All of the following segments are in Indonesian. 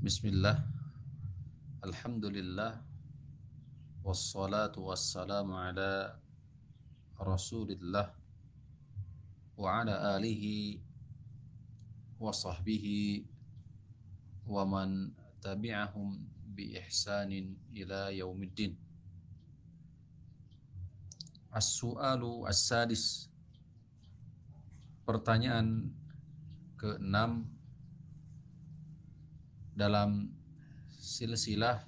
Bismillah, Alhamdulillah, wassalatu wassalamu ala Rasulillah wa ala alihi wa sahbihi wa man tabi'ahum bi ihsanin ila yaumiddin. As-su'alu as-sadis, pertanyaan ke-6 dalam silsilah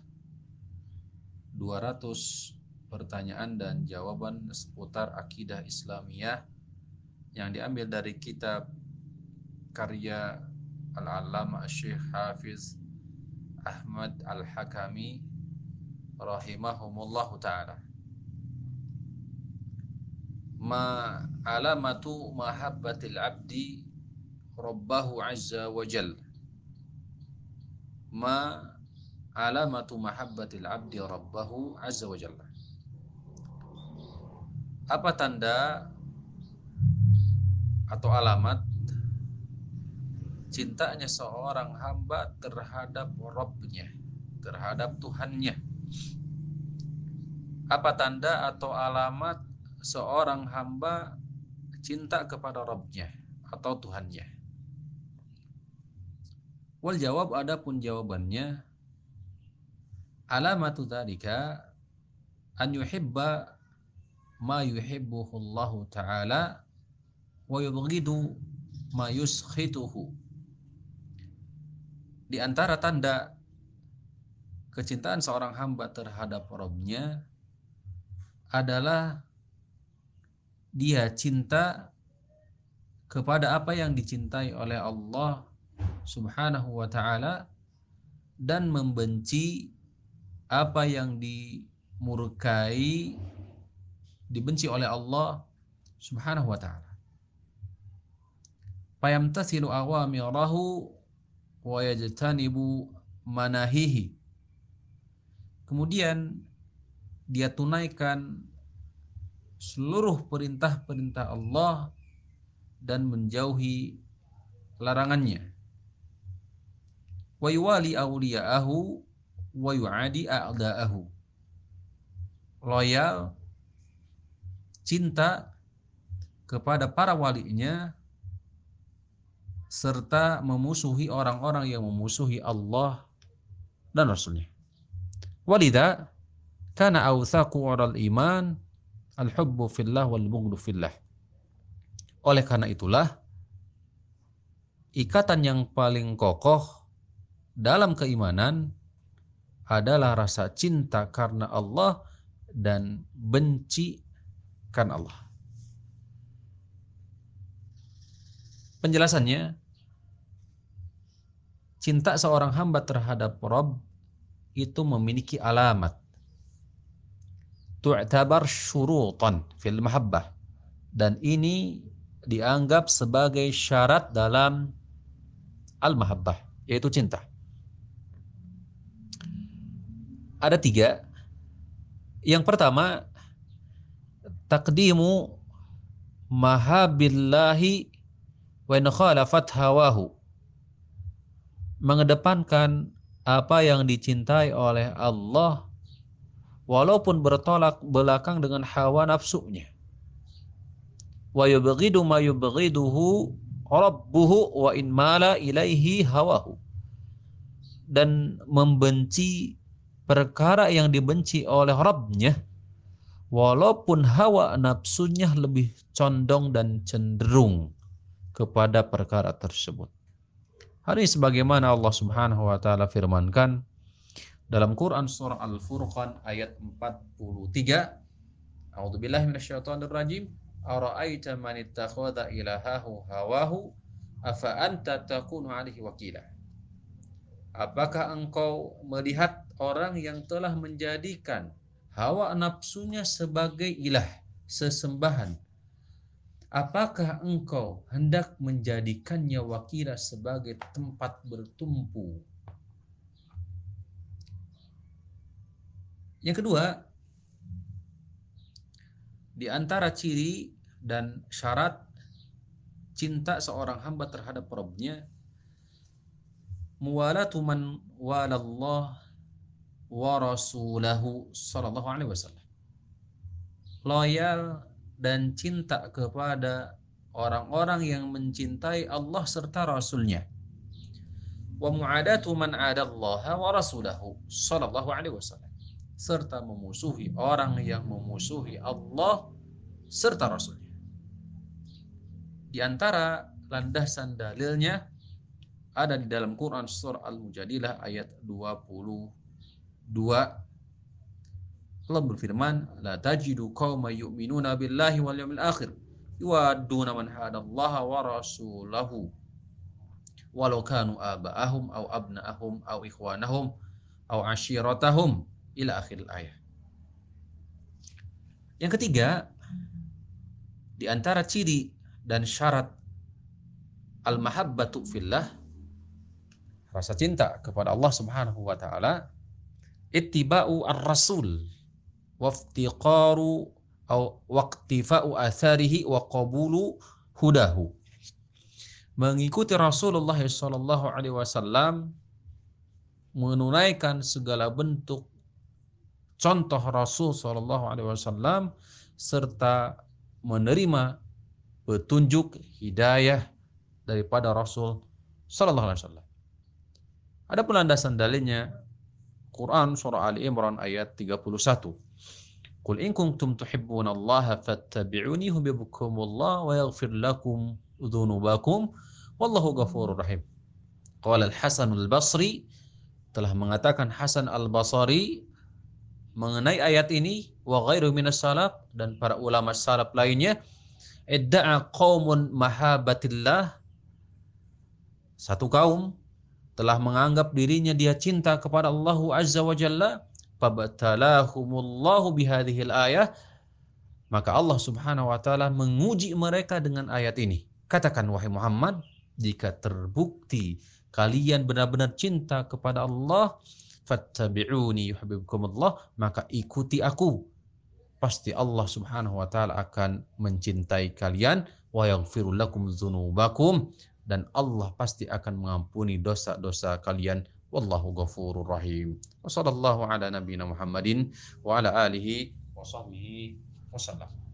200 pertanyaan dan jawaban seputar akidah Islamiyah yang diambil dari kitab karya Al-Allamah Syekh Hafiz Ahmad Al-Hakami rahimahumullahu ta'ala. Ma alamatu mahabbatil abdi rabbahu azza wa jalla. Ma alamatu mahabbatil abdi rabbahu azza wa jalla. Apa tanda atau alamat cintanya seorang hamba terhadap Rabbnya, terhadap Tuhannya? Apa tanda atau alamat seorang hamba cinta kepada Rabbnya atau Tuhannya? Wal jawab, adapun jawabannya, alamatu dzalika an yuhibba ma yuhibbuhu Allah Ta'ala wa yubghidu ma yuskhituhu. Di antara tanda kecintaan seorang hamba terhadap Rabbnya adalah dia cinta kepada apa yang dicintai oleh Allah Subhanahu wa ta'ala dan membenci apa yang dimurkai, dibenci oleh Allah Subhanahu wa ta'ala. Fayamtathilu awamirahu wa yajtanibu manahihi. Kemudian dia tunaikan seluruh perintah-perintah Allah dan menjauhi larangannya. Wa yuwali awliya'ahu wa yu'adi a'da'ahu. Loyal, cinta kepada para walinya, serta memusuhi orang-orang yang memusuhi Allah dan Rasulnya. Walidha kana awthaqu 'alal iman al-hubbu fillah wal bughdu fillah. Oleh karena itulah, ikatan yang paling kokoh dalam keimanan adalah rasa cinta karena Allah dan benci karena Allah. Penjelasannya, cinta seorang hamba terhadap Rabb itu memiliki alamat, tu'tabar syurutan fil mahabbah, dan ini dianggap sebagai syarat dalam al-mahabbah, yaitu cinta. Ada 3. Yang pertama, taqdimu mahabbillahi wa in khalafat hawahu. Mengedepankan apa yang dicintai oleh Allah walaupun bertolak belakang dengan hawa nafsunya. Wa yubghidu ma yubghiduhu rabbuhu wa in mala ilaihi hawahu. Dan membenci perkara yang dibenci oleh Rabbnya walaupun hawa nafsunya lebih condong dan cenderung kepada perkara tersebut. Hari ini sebagaimana Allah Subhanahu wa ta'ala firmankan dalam Quran surah Al-Furqan ayat 43, A'udzubillahi minasyaitonir rajim, ara'aita man ittakhadha ilahahu hawahu afa anta takunu 'alaihi wakila. Apakah engkau melihat orang yang telah menjadikan hawa nafsunya sebagai ilah, sesembahan? Apakah engkau hendak menjadikannya wakila, sebagai tempat bertumpu? Yang kedua, di antara ciri dan syarat cinta seorang hamba terhadap Rabbnya muwalatu man walallah wa rasulahu sallallahu alaihi wasallam. Loyal dan cinta kepada orang-orang yang mencintai Allah serta Rasulnya. Wa mu'adatu man adallaha wa rasulahu sallallahu alaihi wasallam. Serta memusuhi orang yang memusuhi Allah serta Rasulnya. Di antara landasan dalilnya ada di dalam Quran surah Al-Mujadilah ayat 22. Allah berfirman, la tajidu qauman yu'minuna billahi wal yawmil akhir yuwadduna man hadallaha wa rasulahu walau kanu aba'ahum aw abna'ahum aw ikhwanahum aw ashiratahum ila akhir ayat. Yang ketiga, di antara ciri dan syarat al-mahabbatu fillah, rasa cinta kepada Allah Subhanahu wa taala, ittiba'u ar-rasul waftiqaru aw waqtifa'u atharihi wa qabulu hudahu. Mengikuti Rasulullah sallallahu alaihi wasallam, menunaikan segala bentuk contoh Rasul sallallahu alaihi wasallam serta menerima petunjuk hidayah daripada Rasul sallallahu alaihi wasallam. Ada landasan dalilnya Quran surah Ali Imran ayat 31. Qul in kuntum tuhibbunallaha fattabi'uni yuhibbukumullah wa yaghfir lakum dzunubakum wallahu ghafurur rahim. Qala Al-Hasan Al-Basri, telah mengatakan Hasan Al-Basri mengenai ayat ini, wa ghairu minas salaf, dan para ulama salaf lainnya, idda'a qaumun mahabbatillah, satu kaum telah menganggap dirinya dia cinta kepada Allah Azza wa Jalla, fabtalahumullahu bihadhil ayah, maka Allah Subhanahu wa taala menguji mereka dengan ayat ini. Katakan wahai Muhammad, jika terbukti kalian benar-benar cinta kepada Allah, fattabi'uni yuhibbukumullah, maka ikuti aku, pasti Allah Subhanahu wa taala akan mencintai kalian, wa yaghfir lakum dzunubakum, dan Allah pasti akan mengampuni dosa-dosa kalian. Wallahu ghafurur rahim. Wassallallahu ala nabiyina Muhammadin wa ala alihi wa sahbihi wasallam.